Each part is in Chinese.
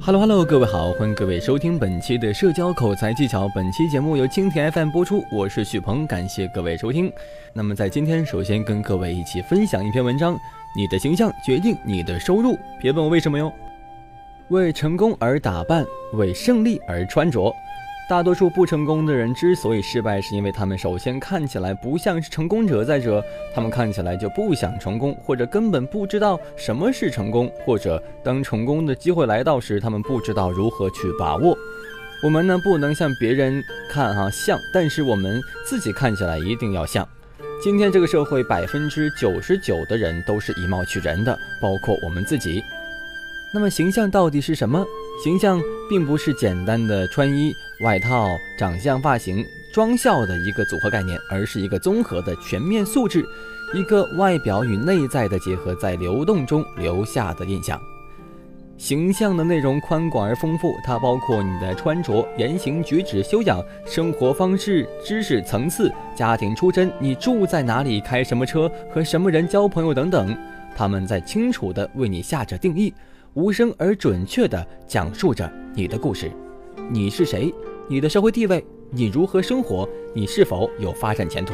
Hello， 各位好，欢迎各位收听本期的社交口才技巧。本期节目由蜻蜓 FM 播出，我是许鹏，感谢各位收听。那么在今天，首先跟各位一起分享一篇文章：你的形象决定你的收入，别问我为什么哟。为成功而打扮，为胜利而穿着。大多数不成功的人之所以失败，是因为他们首先看起来不像是成功者，再者他们看起来就不想成功，或者根本不知道什么是成功，或者当成功的机会来到时，他们不知道如何去把握。我们呢，不能向别人看像，但是我们自己看起来一定要像。今天这个社会99%的人都是以貌取人的，包括我们自己。那么形象到底是什么？形象并不是简单的穿衣、外套、长相、发型、妆效的一个组合概念，而是一个综合的全面素质，一个外表与内在的结合，在流动中留下的印象。形象的内容宽广而丰富，它包括你的穿着、言行举止、修养、生活方式、知识层次、家庭出身、你住在哪里、开什么车、和什么人交朋友等等，他们在清楚地为你下着定义，无声而准确地讲述着你的故事。你是谁？你的社会地位？你如何生活？你是否有发展前途？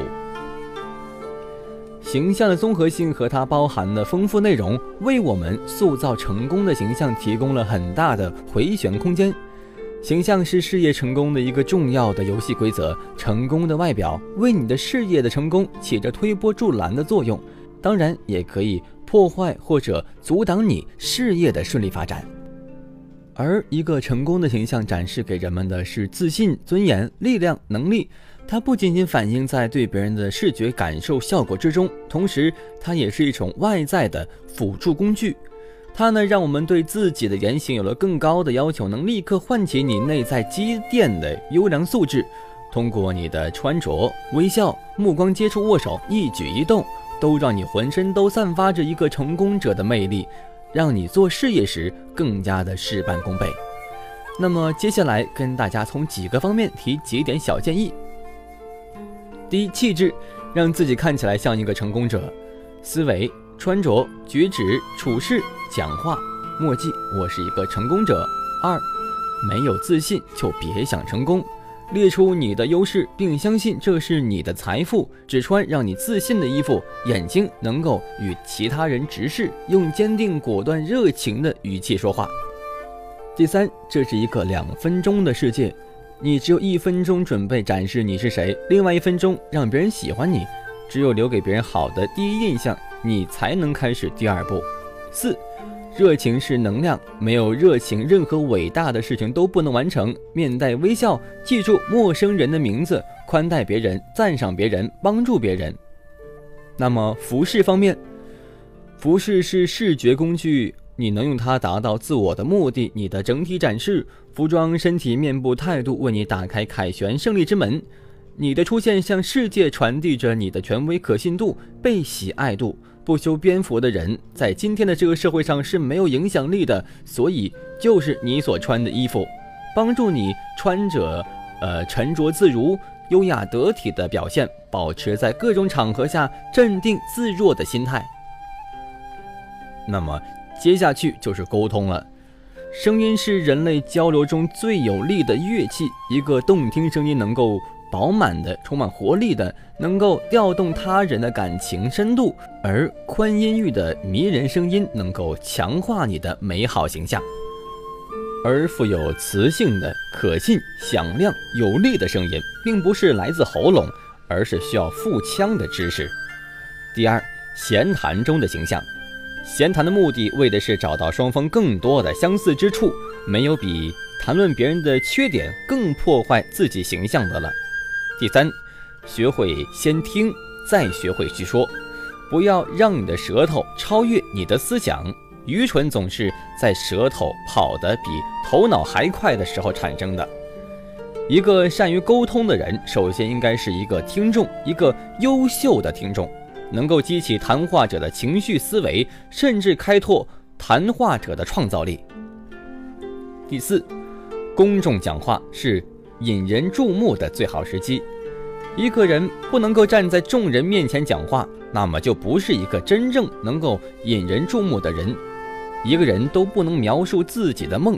形象的综合性和它包含的丰富内容，为我们塑造成功的形象提供了很大的回旋空间。形象是事业成功的一个重要的游戏规则，成功的外表为你的事业的成功起着推波助澜的作用，当然也可以破坏或者阻挡你事业的顺利发展。而一个成功的形象展示给人们的是自信、尊严、力量、能力，它不仅仅反映在对别人的视觉感受效果之中，同时它也是一种外在的辅助工具。它呢，让我们对自己的言行有了更高的要求，能立刻唤起你内在积淀的优良素质。通过你的穿着、微笑、目光接触、握手、一举一动，都让你浑身都散发着一个成功者的魅力，让你做事业时更加的事半功倍。那么接下来跟大家从几个方面提几点小建议。第一，气质，让自己看起来像一个成功者。思维、穿着、举止、处事、讲话，默记我是一个成功者。二，没有自信就别想成功。列出你的优势，并相信这是你的财富，只穿让你自信的衣服，眼睛能够与其他人直视，用坚定、果断、热情的语气说话。第三，这是一个2分钟的世界，你只有1分钟准备展示你是谁，另外1分钟让别人喜欢你，只有留给别人好的第一印象，你才能开始第2步。4，热情是能量，没有热情，任何伟大的事情都不能完成。面带微笑，记住陌生人的名字，宽待别人，赞赏别人，帮助别人。那么服饰方面，服饰是视觉工具，你能用它达到自我的目的。你的整体展示，服装、身体、面部、态度为你打开凯旋胜利之门。你的出现向世界传递着你的权威、可信度、被喜爱度。不修边幅的人在今天的这个社会上是没有影响力的，所以就是你所穿的衣服帮助你穿着沉着自如、优雅得体的表现，保持在各种场合下镇定自若的心态。那么接下去就是沟通了。声音是人类交流中最有力的乐器，一个动听声音能够饱满的、充满活力的，能够调动他人的感情深度，而宽音域的迷人声音能够强化你的美好形象。而富有磁性的、可信、响亮、有力的声音，并不是来自喉咙，而是需要腹腔的知识。第二，闲谈中的形象。闲谈的目的为的是找到双方更多的相似之处，没有比谈论别人的缺点更破坏自己形象的了。第三，学会先听，再学会去说，不要让你的舌头超越你的思想。愚蠢总是在舌头跑得比头脑还快的时候产生的。一个善于沟通的人，首先应该是一个听众，一个优秀的听众，能够激起谈话者的情绪思维，甚至开拓谈话者的创造力。第四，公众讲话是引人注目的最好时机。一个人不能够站在众人面前讲话，那么就不是一个真正能够引人注目的人。一个人都不能描述自己的梦，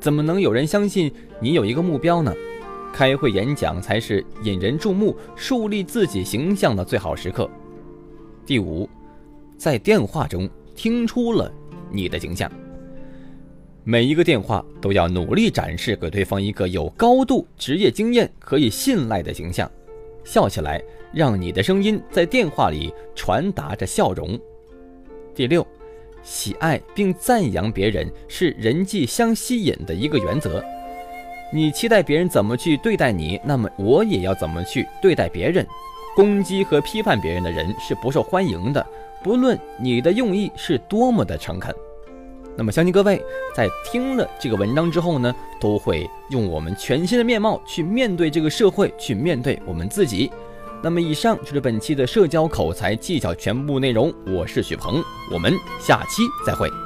怎么能有人相信你有一个目标呢？开会演讲才是引人注目、树立自己形象的最好时刻。第5，在电话中听出了你的形象。每一个电话都要努力展示给对方一个有高度职业经验、可以信赖的形象。笑起来，让你的声音在电话里传达着笑容。第6，喜爱并赞扬别人是人际相吸引的一个原则。你期待别人怎么去对待你，那么我也要怎么去对待别人。攻击和批判别人的人是不受欢迎的，不论你的用意是多么的诚恳。那么相信各位在听了这个文章之后呢，都会用我们全新的面貌去面对这个社会，去面对我们自己。那么以上就是本期的社交口才技巧全部内容，我是许鹏，我们下期再会。